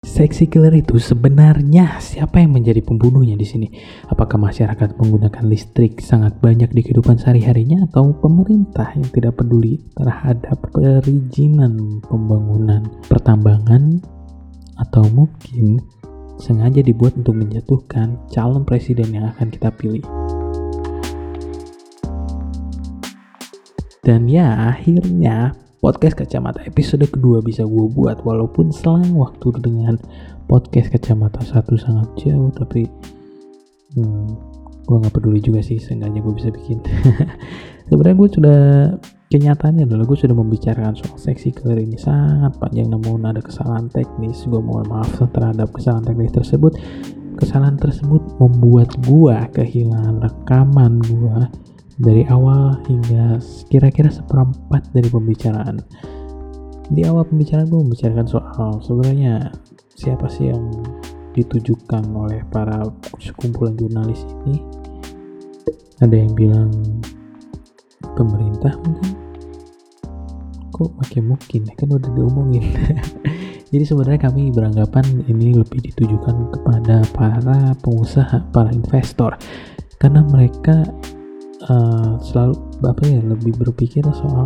Seksi killer itu sebenarnya siapa yang menjadi pembunuhnya di sini? Apakah masyarakat menggunakan listrik sangat banyak di kehidupan sehari-harinya atau pemerintah yang tidak peduli terhadap perizinan pembangunan pertambangan, atau mungkin sengaja dibuat untuk menjatuhkan calon presiden yang akan kita pilih? Dan ya, akhirnya podcast Kacamata episode kedua bisa gue buat, walaupun selang waktu dengan podcast Kacamata 1 sangat jauh, tapi gue gak peduli juga sih, seenggaknya gue bisa bikin. Sebenarnya gue sudah, kenyataannya adalah gue sudah membicarakan soal seksi killer ini sangat panjang, namun ada kesalahan teknis. Gue mohon maaf terhadap kesalahan teknis tersebut. Kesalahan tersebut membuat gue kehilangan rekaman gue dari awal hingga kira-kira seperempat dari pembicaraan. Di awal pembicaraan gue membicarakan soal sebenarnya siapa sih yang ditujukan oleh para sekumpulan jurnalis ini. Ada yang bilang pemerintah mungkin. Kok pakai mungkin? Kan udah diomongin. Jadi sebenarnya kami beranggapan ini lebih ditujukan kepada para pengusaha, para investor, karena mereka selalu lebih berpikir soal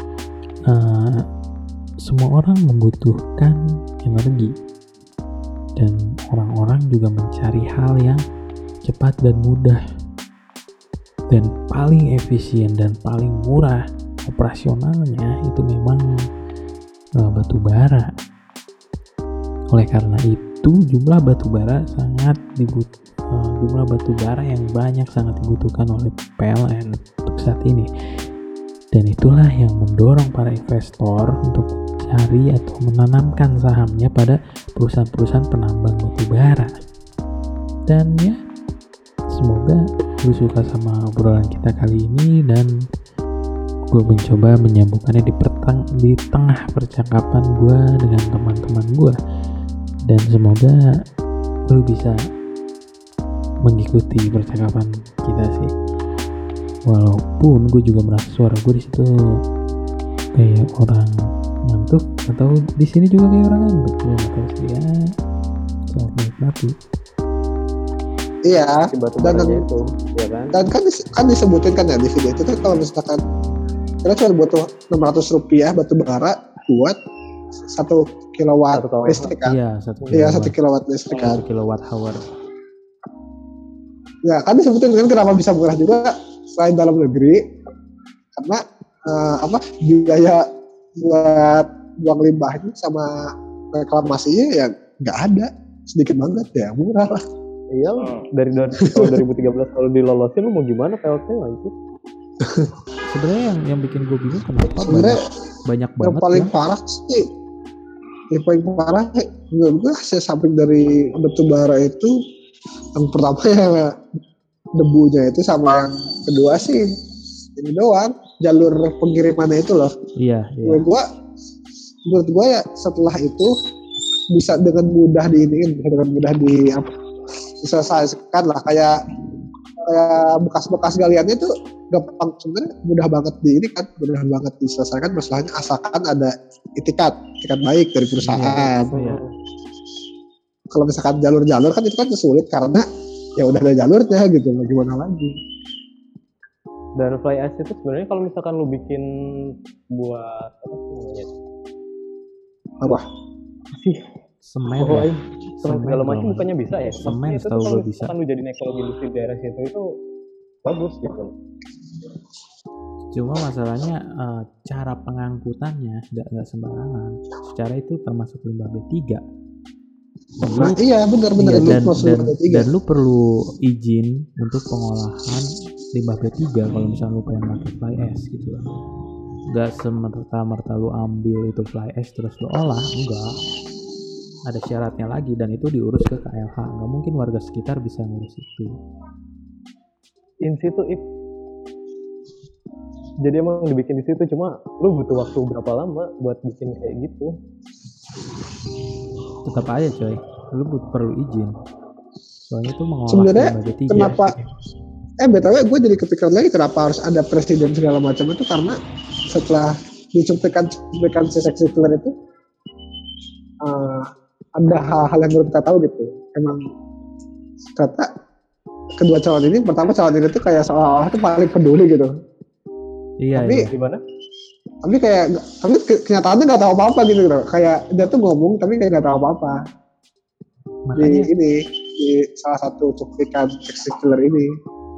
semua orang membutuhkan energi dan orang-orang juga mencari hal yang cepat dan mudah dan paling efisien dan paling murah operasionalnya itu memang batu bara. Oleh karena itu jumlah batu bara yang banyak sangat dibutuhkan oleh PLN untuk saat ini, dan itulah yang mendorong para investor untuk mencari atau menanamkan sahamnya pada perusahaan-perusahaan penambang batu bara. Dan ya, semoga lu suka sama obrolan kita kali ini, dan gue mencoba menyambungkannya di tengah percakapan gue dengan teman-teman gue, dan semoga lu bisa mengikuti percakapan kita sih. Walaupun gue juga merasa suara gue di situ kayak orang ngantuk, atau di sini juga kayak orang ngantuk, gue nggak tahu sih ya. Selamat menikmati. Iya. Dan kan disebutin kan ya di video itu kan, kalau misalkan kita cuma butuh Rp600 batu bara buat 1 kilowatt listrik kan? Iya, 1 kilowatt listrik kan? 1 kilowatt hour. Ya kan disebutin kan kenapa bisa murah juga selain dalam negeri, karena biaya buat buang limbahnya sama reklamasinya ya nggak ada, sedikit banget ya, murah lah. Iya, dari 2013 kalau dilolosin lu mau gimana PLT lanjut. Sebenarnya yang bikin gue bingung kenapa banyak banget yang paling parah sih. Yang paling parah menurut gue hasil samping dari batu bara itu, yang pertama ya debunya itu, sama yang kedua sih ini doang, jalur pengirimannya itu loh. Iya. Menurut gua ya setelah itu bisa dengan mudah diselesaikan lah, kayak bekas-bekas galiannya itu gampang, sebenarnya mudah banget mudah banget diselesaikan masalahnya, asalkan ada itikat baik dari perusahaan. Iya. Kalau misalkan jalur-jalur kan itu kan sulit karena ya udah ada jalurnya gitu, gimana lagi. Dan fly ash itu sebenarnya kalau misalkan lu bikin buat apa sih semen segala macam bukannya bisa ya? Semen itu tahu kalau bisa. Kan lu jadi ekologi industri daerah situ itu bagus gitu. Cuma masalahnya cara pengangkutannya nggak sembarangan. Secara itu termasuk limbah B3. Iya benar dan lu perlu izin untuk pengolahan limbah B3 kalau misalnya lu pengen pakai fly ash gitu lah. Nggak semerta-merta lu ambil itu fly ash terus lu olah, enggak. Ada syaratnya lagi, dan itu diurus ke KLH. Nggak mungkin warga sekitar bisa ngurus itu. In situ jadi emang dibikin di situ, cuma lu butuh waktu berapa lama buat bikin kayak gitu? Tetap aja coy, lu perlu izin. Soalnya itu mengolah sebenarnya B3. Kenapa BTW gue jadi kepikiran lagi kenapa harus ada presiden segala macam itu, karena setelah dicuplikan si seksi killer itu ada hal-hal yang baru kita tahu gitu. Emang ternyata kedua calon ini, pertama calon ini tuh kayak seolah-olah tuh paling peduli gitu. Iya. Tapi iya. Gimana? tapi kenyataannya nggak tahu apa-apa gitu loh. Kayak dia tuh ngomong tapi kayak nggak tahu apa-apa. Makanya Di salah satu cuplikan sex killer ini.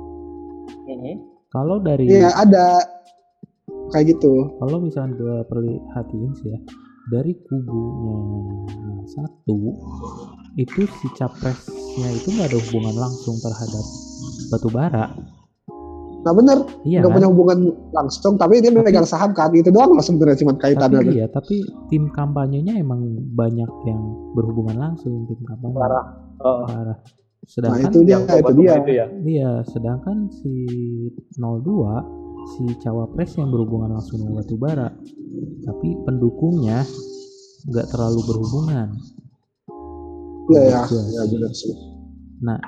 kalau dari Iya ada kayak gitu. kalau misalkan gue perhatiin sih ya, dari kubunya yang satu itu si capresnya itu nggak ada hubungan langsung terhadap batubara. Nah bener, Iya nggak kan? punya hubungan langsung, tapi dia memegang saham kan, itu doang lah sebenarnya cuma kaitannya. Tapi iya, tapi tim kampanyenya emang banyak yang berhubungan langsung, tim kampanye. Parah. Parah. Nah Sedangkan itu dia, itu dia. Itu ya. iya, sedangkan si 02 si cawapres yang berhubungan langsung dengan batubara, tapi pendukungnya nggak terlalu berhubungan. Iya Menurut gua ya sih. benar sih. Nah,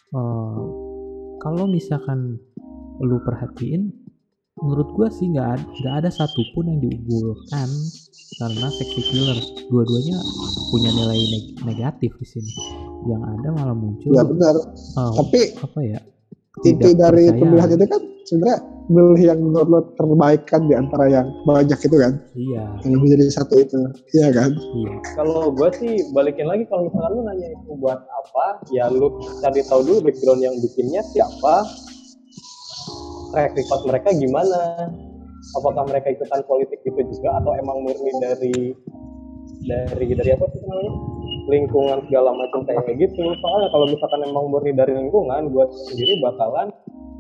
kalau misalkan lu perhatiin, menurut gua sih nggak ada satupun yang diunggulkan karena seksi killer. Dua-duanya punya nilai negatif di sini. Yang ada malah muncul Ya benar. Tapi apa ya? inti dari percayaan. pemilihan itu kan sebenarnya milih yang menurut lo terbaik kan di antara yang banyak itu kan, Iya, yang menjadi satu itu, iya kan? iya. Kalau gue sih balikin lagi, kalau misalkan lu nanya itu buat apa, ya lu cari tahu dulu background yang bikinnya siapa, track record mereka gimana, apakah mereka ikutan politik gitu juga atau emang murni dari apa sih namanya, lingkungan segala macam kayak gitu. Soalnya kalau misalkan emang murni dari lingkungan, gue sendiri bakalan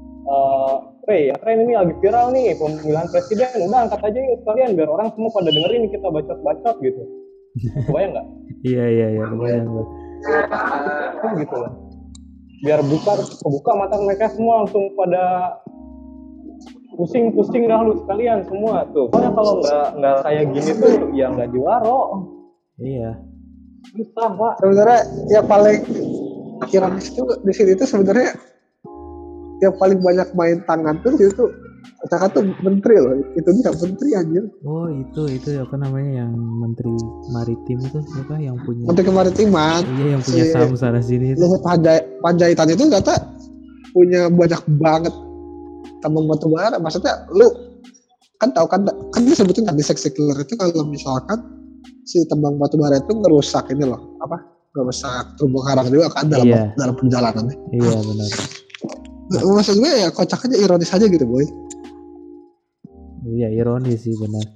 tren ini lagi viral nih pemilihan presiden, udah angkat aja yuk sekalian biar orang semua pada dengerin kita bacot-bacot gitu. Kebayang nggak? Iya, kebayang gue. Gitu lah. Biar kebuka mata mereka semua, langsung pada pusing dah lu sekalian semua tuh. Soalnya kalau nggak kayak gini tuh ya nggak diwaro. Iya. Susah pak. Sebenarnya yang paling ironis itu di sini tuh sebenarnya yang paling banyak main tangan tuh itu katakan tuh menteri loh, itu dia menteri anjir. Oh itu apa namanya yang menteri maritim itu siapa yang punya? Menteri Kemaritiman. Iya yang punya saham sana sini itu. Luhut Panjaitan itu kata punya banyak banget tambang batu bara. Maksudnya lu kan tahu kan dia sebutin kan di seksi killer itu kalau misalkan si tambang batu bara itu ngerusak ini loh, ngerusak terumbu karang juga kan dalam perjalanannya. Iya benar. Maksud gue ya kocak aja, ironis aja gitu boy. Iya ironis sih benar.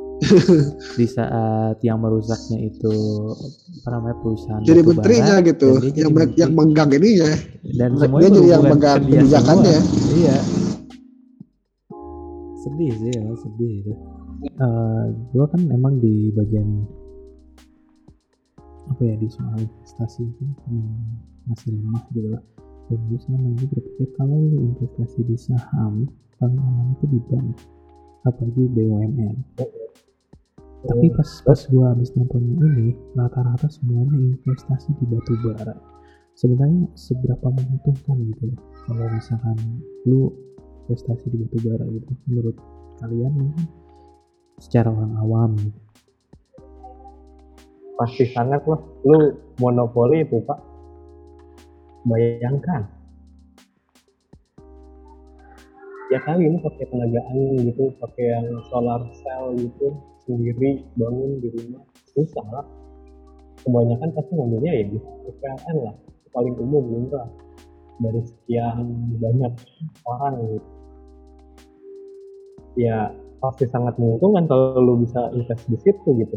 Di saat yang merusaknya itu apa namanya perusahaan jadi batubara, menterinya gitu, yang menggang ini ya. Dan dia jadi yang megang kebijakannya. Iya. Sedih sih ya, sedih itu. Gue kan emang di bagian apa ya, di soal investasi itu masih lemah gitu lah. Dan gue selama ini berpikir kalau lu investasi di saham paling aman itu di bank, apalagi BUMN. Tapi pas gue habis nonton ini, rata-rata semuanya investasi di batu bara. Sebenarnya seberapa menguntungkan gitu loh kalau misalkan lu investasi di batu bara gitu, menurut kalian mungkin secara orang awam gitu? Pasti sangat lah. Lu monopoli itu pak. Bayangkan ya kali ini pakai tenaga angin gitu, pakai yang solar cell gitu sendiri bangun di rumah, susah lah. Kebanyakan pasti ngambilnya ya di PLN lah, paling umum murah dari sekian banyak orang gitu. Ya pasti sangat menguntungkan kalau lu bisa invest di situ gitu.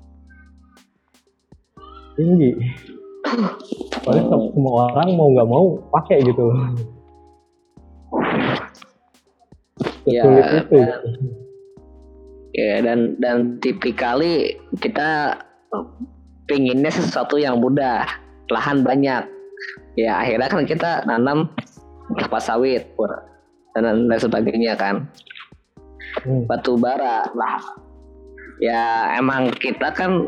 Tinggi. Soalnya semua orang mau nggak mau pakai gitu loh. Ya, itu. Ya dan tipikali kita pinginnya sesuatu yang mudah, lahan banyak. Ya akhirnya kan kita nanam kelapa sawit dan sebagainya kan. Batu bara lah. Ya emang kita kan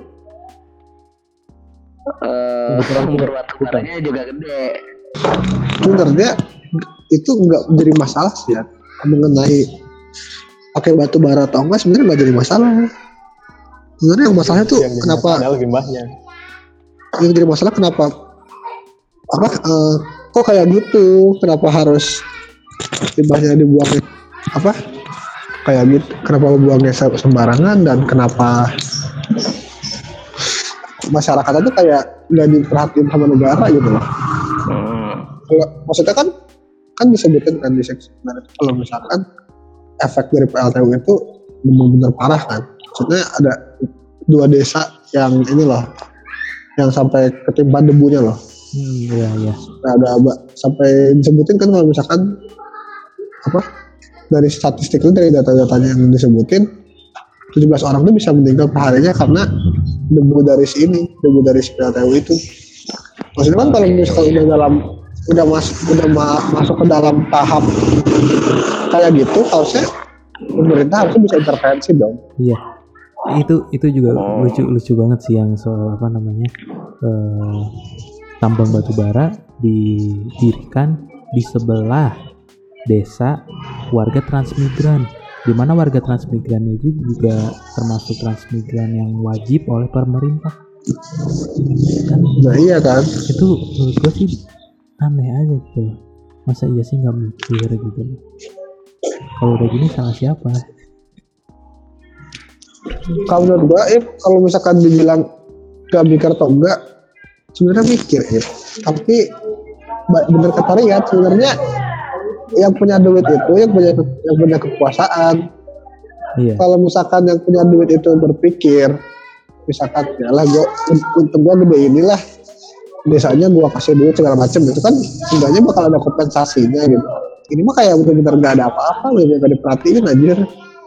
sumber batu baranya juga gede. Sebenarnya itu nggak jadi masalah sih ya, mengenai pakai batu bara atau enggak sebenarnya nggak jadi masalah. Sebenarnya yang masalahnya tuh yang kenapa limbahnya. yang jadi masalah kenapa kok kayak gitu, kenapa harus limbahnya dibuang kayak gitu, kenapa buangnya sembarangan, dan kenapa masyarakat itu kayak nggak diperhatiin sama negara gitu loh. Maksudnya kan disebutkan kan di seksi kalau misalkan efek dari PLTU itu benar-benar parah kan. Maksudnya ada 2 desa yang ini loh, yang sampai ketimpa debunya loh. Iya. Nah, ada sampai disebutin kan kalau misalkan dari statistik itu, dari data-datanya yang disebutin 17 orang tuh bisa meninggal perharinya karena debu dari si PLTU itu. Maksudnya kan kalau misalkan udah masuk ke dalam tahap kayak gitu, harusnya pemerintah harusnya bisa intervensi dong. Iya. Itu juga lucu banget sih yang soal tambang batu bara didirikan di sebelah desa warga transmigran, di mana warga transmigran itu juga termasuk transmigran yang wajib oleh pemerintah kan. Nah iya kan, itu menurut gue sih aneh aja gitu loh. Masa iya sih nggak mikir gitu loh. Kalau udah gini salah siapa? Kalau menurut gue kalau misalkan dibilang gak mikir atau enggak, sebenarnya mikir tapi bener kata Riyad, sebenarnya yang punya duit itu yang punya kekuasaan. Iya. Kalau misalkan yang punya duit itu berpikir misalkan ya lah untuk gue gede inilah desanya gue kasih duit segala macam, itu kan sebenarnya bakal ada kompensasinya gitu. Ini mah kayak bener-bener gak ada apa-apa gitu, gak diperhatiin aja.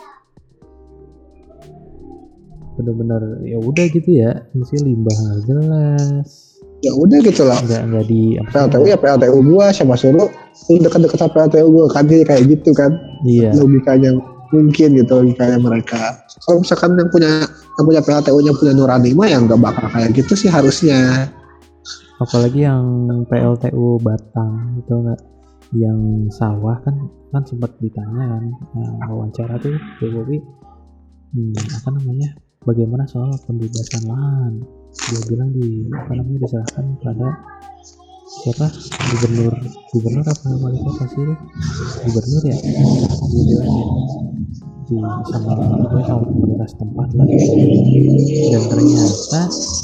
Bener-bener ya udah gitu ya, mesti limbah nggak jelas. Ya udah gitu lah. Nggak di PLTU ya PLTU gua, siapa suruh lu deket-deket sama PLTU gua kan, kayak gitu kan. Iya. Logikanya mungkin gitu, logikanya mereka. Kalau misalkan yang punya PLTU-nya punya nurani mah yang nggak bakal kayak gitu sih harusnya. Apalagi yang PLTU Batang itu nggak, yang sawah kan sempat ditanya kan wawancara tuh Jokowi bagaimana soal pembebasan lahan. Dia bilang diserahkan pada siapa, gubernur apa wali kota sih itu? Gubernur ya, dia bilang ya sama pemerintah setempat lah. Dan ternyata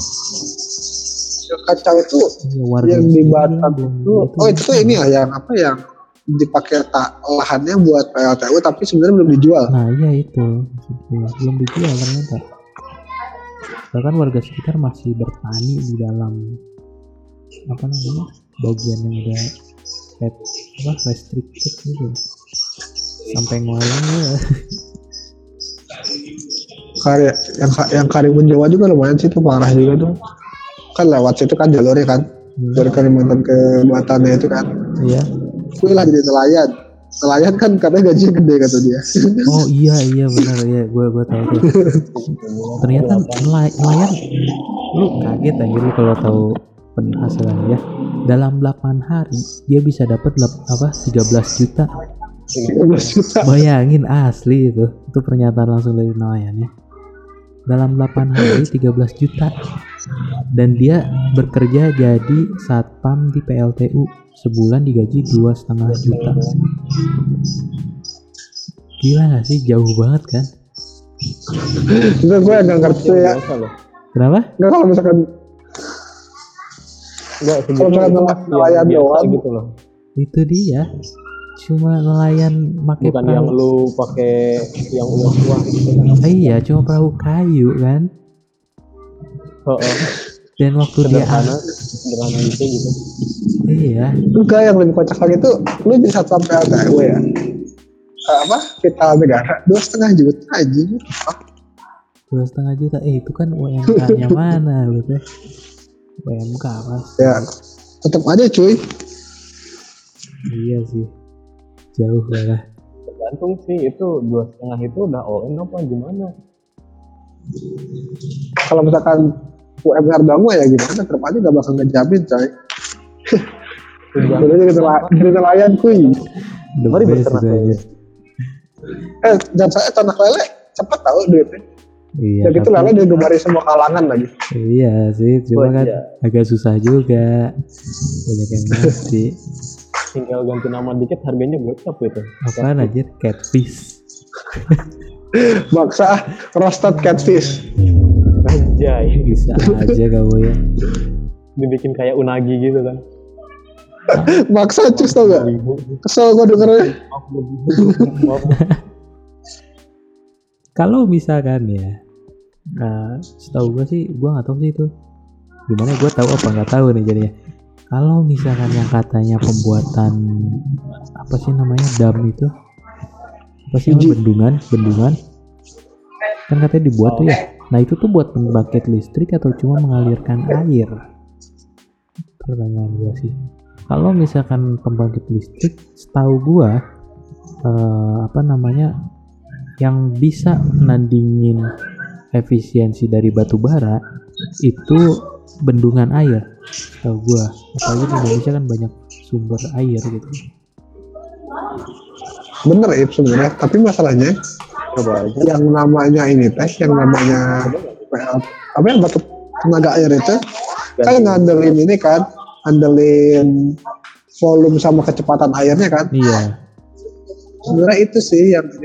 kacau itu yang di Batam itu itu tuh ini ya yang dipakai lahannya buat PLTU tapi sebenarnya belum dijual. Nah iya itu belum dijual ternyata. Bahkan warga sekitar masih bertani di dalam bagian yang udah restricted gitu, sampai ngolong ya. Yang Karimun Jawa juga lumayan sih, itu parah juga tuh kan, lewat situ kan jalurnya kan dari Kalimantan ke Batannya itu kan. Iya. Gue lah jadi nelayan kan karena gajinya gede kata dia. Oh iya benar ya, gue tahu tuh. Ternyata nelayan, lu kaget aja lu kalau tahu penghasilannya ya. Dalam 8 hari dia bisa dapat 13 juta. 13 juta. Bayangin, asli itu pernyataan langsung dari nelayannya. Dalam 8 hari 13 juta. Dan dia bekerja jadi satpam di PLTU, sebulan digaji 2,5 juta. Gila gak sih, jauh banget kan? Itu gue agak ngerti ya. Kenapa? Enggak, kalau misalkan nelayan doang gitu loh. Itu dia. Cuma nelayan pakai bukan perahu. Yang lu pakai yang uang gitu kan. Iya, cuma perahu kayu kan. Dan waktu sederhana gitu. Iya. Enggak, yang lebih kocak lagi tuh lu bisa sampai PLTU ya. Vital negara 2,5 juta aja. 2,5 juta. Itu kan UMK-nya mana lu teh? UMK apa? Ya, tetap aja cuy. Iya sih. Jauh lah. Tergantung sih, itu 2,5 itu udah all-in apa gimana? Kalau misalkan UMR doang ya gimana, tetap aja gak bakal ngejamin coy. Udah jadi nelayan kuy. Mari berternak lele. Dan saya ternak lele cepet tahu duitnya. Iya, Dan itu tapi lele digemari semua kalangan lagi. iya sih, cuma kan Iya. agak susah juga. Banyak yang ngerti. Tinggal ganti nama dikit harganya gocap gitu. Apaan aja catfish. Maksa roasted catfish. Anjay. Bisa aja kamu ya. Dibikin kayak unagi gitu kan. Maksa cus tau gak? Kesel gue dengernya. Maaf. Kalau misalkan ya, setahu gue sih, gue nggak tahu sih itu gimana, gue tahu apa nggak tahu nih jadinya. Kalau misalkan yang katanya pembuatan apa sih namanya dam itu, apa sih namanya, bendungan, kan katanya dibuat tuh ya. Nah itu tuh buat pembangkit listrik atau cuma mengalirkan air? Pertanyaan gue sih. Kalau misalkan pembangkit listrik, setahu gue apa namanya, yang bisa menandingin efisiensi dari batu bara itu bendungan air, tahu gua. Apalagi di Indonesia kan banyak sumber air gitu. Bener ya sebenarnya. Tapi masalahnya Coba aja. yang namanya ini teh, yang namanya apa yang batu tenaga air itu kan ngandelin ini kan, ngandelin volume sama kecepatan airnya kan. Iya. Sebenarnya itu sih yang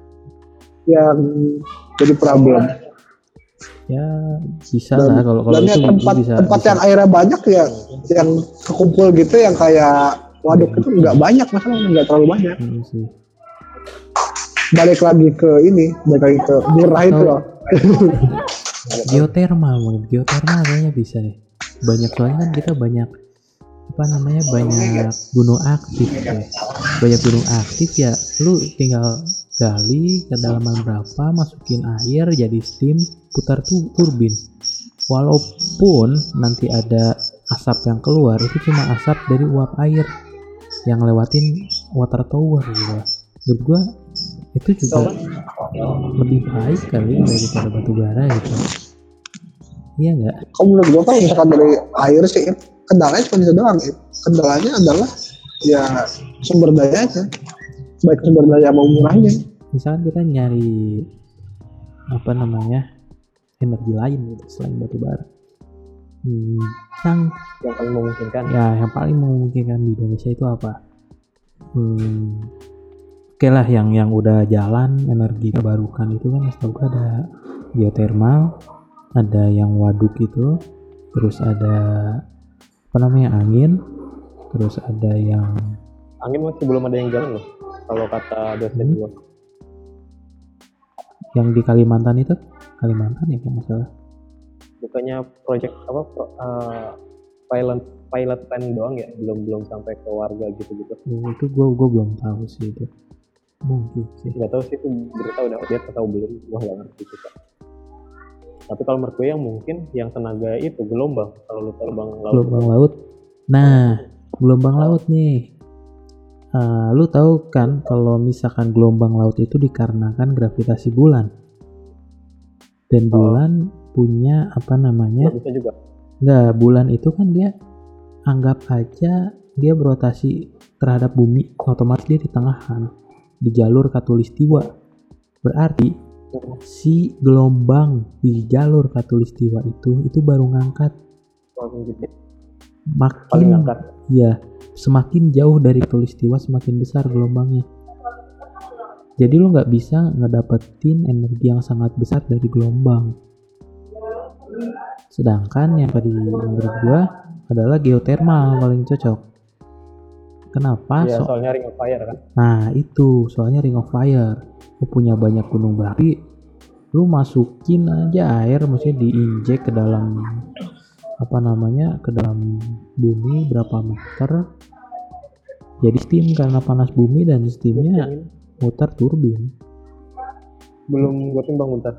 jadi problem. Ya bisa lah kalau Dan itu tempat yang airnya banyak ya, yang kekumpul gitu, yang kayak waduk itu nggak banyak, masalahnya nggak terlalu banyak. sih. Balik lagi ke murah itu loh. Geotermal mungkin, geotermal kayaknya bisa nih. Banyak soalnya kan kita banyak apa namanya, banyak gunung aktif ya. Banyak gunung aktif ya, lu tinggal gali kedalaman berapa, masukin air jadi steam, putar tuh turbin. Walaupun nanti ada asap yang keluar, itu cuma asap dari uap air yang lewatin water tower gitu. Menurut gua itu juga lebih baik kali daripada batu bara gitu. Iya nggak? Kalau menurut gue kalau misalkan dari air sih, kendalanya cuma itu doang. Kendalanya adalah ya sumber dayanya, baik sumber daya mau murahnya. Misalkan kita nyari apa namanya, energi lain gitu selain batu bara, yang paling memungkinkan. Ya yang paling memungkinkan di Indonesia itu apa? Oke lah, yang udah jalan energi terbarukan itu kan setahu gue ada geotermal, ada yang waduk itu, terus ada apa namanya angin, terus ada yang Angin masih belum ada yang jalan loh kalau kata dosen gua. Yang di Kalimantan itu, Kalimantan ya kalau masalah. Bukannya project apa pilot plan doang ya, belum sampai ke warga gitu-gitu. Itu gue belum tahu sih itu. Mungkin sih. Nggak tahu sih itu berita udah update atau belum, gua nggak ngerti juga. Tapi kalau menurut gue yang mungkin yang tenaga itu gelombang, kalau lu terbang laut. Gelombang laut. Nah, gelombang laut nih. Lu tahu kan kalau misalkan gelombang laut itu dikarenakan gravitasi bulan. Dan bulan punya apa namanya? Bisa juga. Nggak, bulan itu kan dia anggap aja dia berotasi terhadap bumi, otomatis dia di tengah kan, di jalur khatulistiwa. Berarti si gelombang di jalur khatulistiwa itu baru ngangkat. Paling ngangkat. Ya, semakin jauh dari khatulistiwa semakin besar gelombangnya. Jadi lu nggak bisa ngedapetin energi yang sangat besar dari gelombang. Sedangkan yang tadi menurut gua adalah geotermal paling cocok. Kenapa? Ya, soalnya Ring of Fire kan. Nah itu soalnya Ring of Fire. Lu punya banyak gunung berapi, lu masukin aja air, maksudnya diinjek ke dalam apa namanya, ke dalam bumi berapa meter, jadi steam karena panas bumi dan steamnya muter turbin. Belum gue timbang bentar.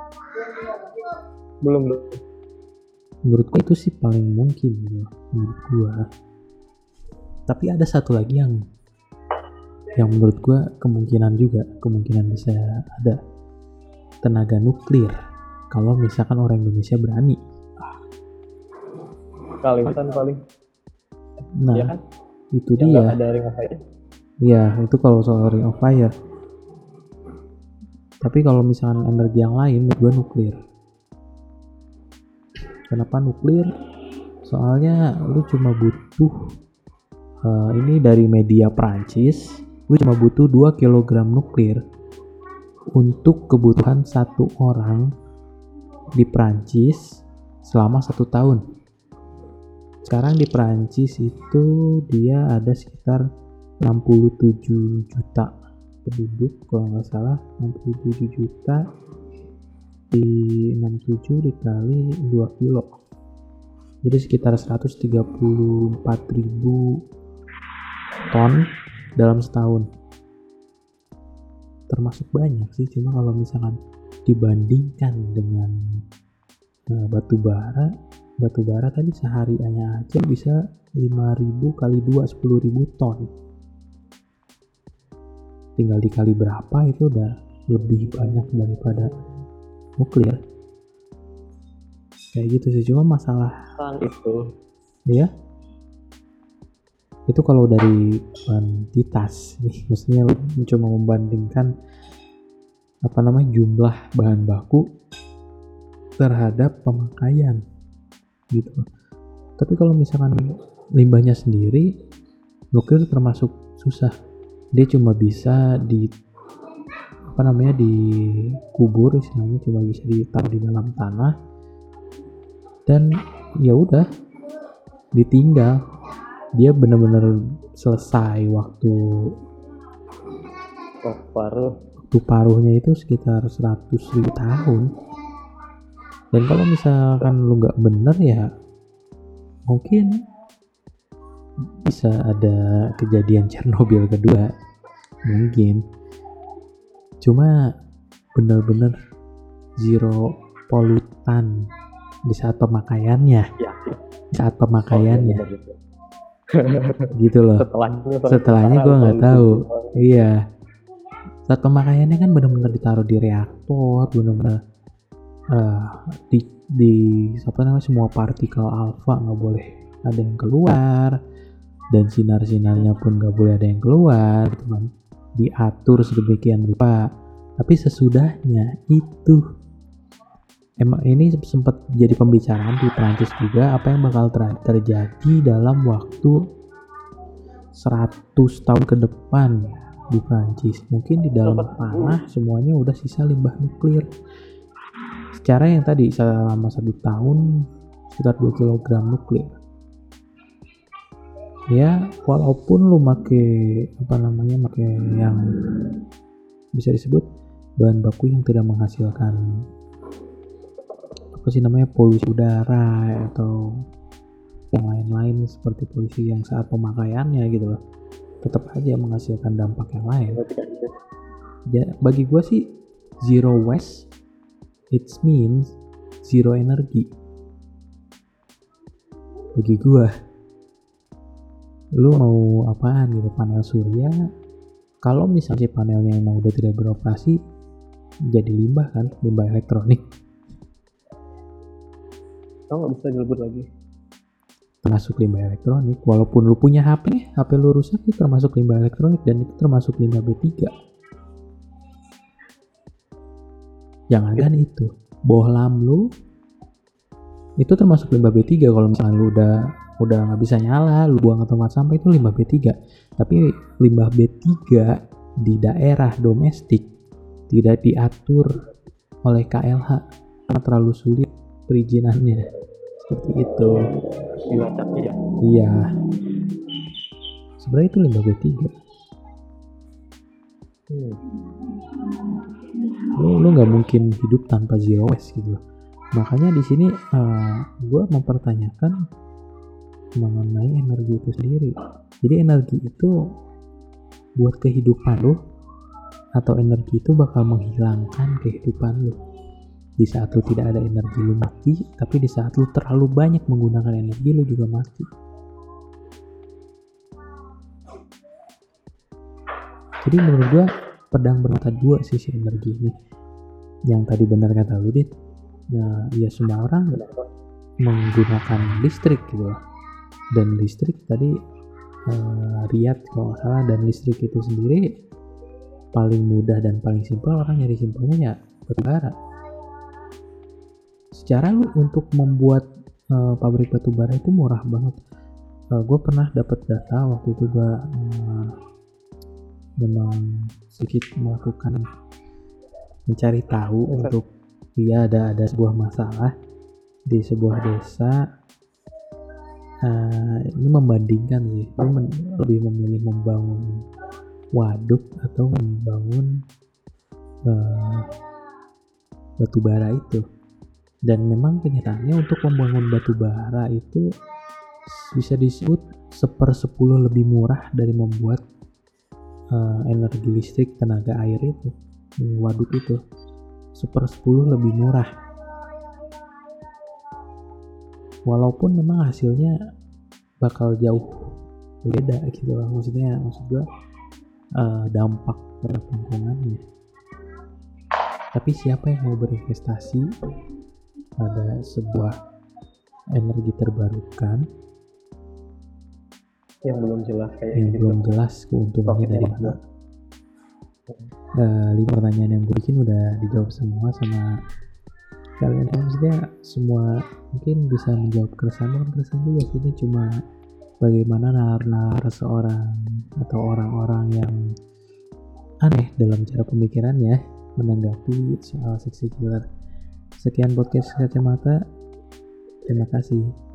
Belum. Menurutku itu sih paling mungkin ya, menurut gua. Tapi ada satu lagi yang menurut gua kemungkinan bisa ada, tenaga nuklir. Kalau misalkan orang Indonesia berani. Kalimantan paling. Nah, ya kan? Itu yang dia. Ada Ring of Fire. Iya, itu kalau soal Ring of Fire. Tapi kalau misalkan energi yang lain, menurut gue nuklir. Kenapa nuklir? Soalnya lu cuma butuh ini dari media Prancis, lu cuma butuh 2 kg nuklir untuk kebutuhan satu orang di Prancis selama 1 tahun. Sekarang di Prancis itu dia ada sekitar 67 juta penduduk kalau nggak salah, 67 juta di 67 dikali 2 kilo, jadi sekitar 134.000 ton dalam setahun. Termasuk banyak sih, cuma kalau misalkan dibandingkan dengan batu bara tadi sehariannya aja bisa 5.000 kali 2 10.000 ton. Tinggal dikali berapa itu udah lebih banyak daripada nuklir. Kayak gitu sih, cuma masalah itu ya itu kalau dari kuantitas nih, maksudnya mencoba membandingkan jumlah bahan baku terhadap pemakaian gitu. Tapi kalau misalkan limbahnya sendiri, nuklir termasuk susah, dia cuma bisa dikubur, istilahnya cuma bisa ditaruh di dalam tanah dan ya udah ditinggal. Dia benar-benar selesai waktu paruhnya itu sekitar 100.000 tahun. Dan kalau misalkan lu nggak bener ya mungkin bisa ada kejadian Chernobyl kedua, mungkin. Cuma bener-bener zero polutan di saat pemakaiannya. ya. Gitu loh. Setelahnya gue nggak tahu. Iya. Saat pemakaiannya kan benar-benar ditaruh di reaktor, benar-benar semua partikel alfa nggak boleh ada yang keluar, dan sinar-sinarnya pun nggak boleh ada yang keluar, gitu kan. Diatur sedemikian rupa. Tapi sesudahnya itu emang ini sempat jadi pembicaraan di Prancis juga, apa yang bakal terjadi dalam waktu 100 tahun ke depan di Prancis. Mungkin di dalam tanah semuanya udah sisa limbah nuklir. Secara yang tadi selama 1 tahun sekitar 2 kg nuklir. Ya walaupun lu make yang bisa disebut bahan baku yang tidak menghasilkan polusi udara atau yang lain-lain seperti polusi yang saat pemakaiannya gitu loh, tetap aja menghasilkan dampak yang lain. Ya, bagi gue sih zero waste it means zero energy. Bagi gue, lu mau apaan gitu, panel surya, kalau misalnya panelnya emang udah tidak beroperasi jadi limbah kan, limbah elektronik. Nggak bisa dilebur lagi. Termasuk limbah elektronik. Walaupun lu punya HP lu rusak, itu termasuk limbah elektronik dan itu termasuk limbah B3. Jangankan itu, bohlam lu itu termasuk limbah B3. Kalau misalnya lu udah nggak bisa nyala, lu buang ke tempat sampah, itu limbah B3. Tapi limbah B3 di daerah domestik tidak diatur oleh KLH karena terlalu sulit perizinannya, seperti itu. Dilacaknya ya. Iya, sebenarnya itu limbah B3. Lu nggak mungkin hidup tanpa zero waste gitu. Makanya di sini gue mempertanyakan mengenai energi itu sendiri. Jadi energi itu buat kehidupan lu, atau energi itu bakal menghilangkan kehidupan lu. Di saat lu tidak ada energi lu mati, tapi di saat lu terlalu banyak menggunakan energi lu juga mati. Jadi menurut gua pedang bermata dua sisi energi ini. Yang tadi benar kata lu, Dit, ya semua orang menggunakan listrik gitu loh. Dan listrik tadi Riyadh kalau nggak salah, dan listrik itu sendiri paling mudah dan paling simpel, orang nyari simpelnya ya batu bara. Secara lu untuk membuat pabrik batu bara itu murah banget. Gue pernah dapat data waktu itu, gue memang sedikit melakukan mencari tahu untuk ada sebuah masalah di sebuah desa. Ini membandingkan sih, lu lebih memilih membangun waduk atau membangun batu bara itu. Dan memang kenyataannya untuk membangun batu bara itu bisa disebut 1/10 lebih murah dari membuat energi listrik tenaga air itu. Waduk itu 1/10 lebih murah, walaupun memang hasilnya bakal jauh beda gitu lah. Maksud gue dampak terhadap lingkungannya. Tapi siapa yang mau berinvestasi pada sebuah energi terbarukan yang belum jelas kayak yang gitu. belum jelas keuntungannya dari mana? 5 pertanyaan yang gue bikin udah dijawab semua sama kalian. Maksudnya semua mungkin bisa menjawab keresahan juga. Ini cuma bagaimana nalar seorang atau orang-orang yang aneh dalam cara pemikirannya menanggapi soal seksi killer. Sekian podcast Kacamata. Terima kasih.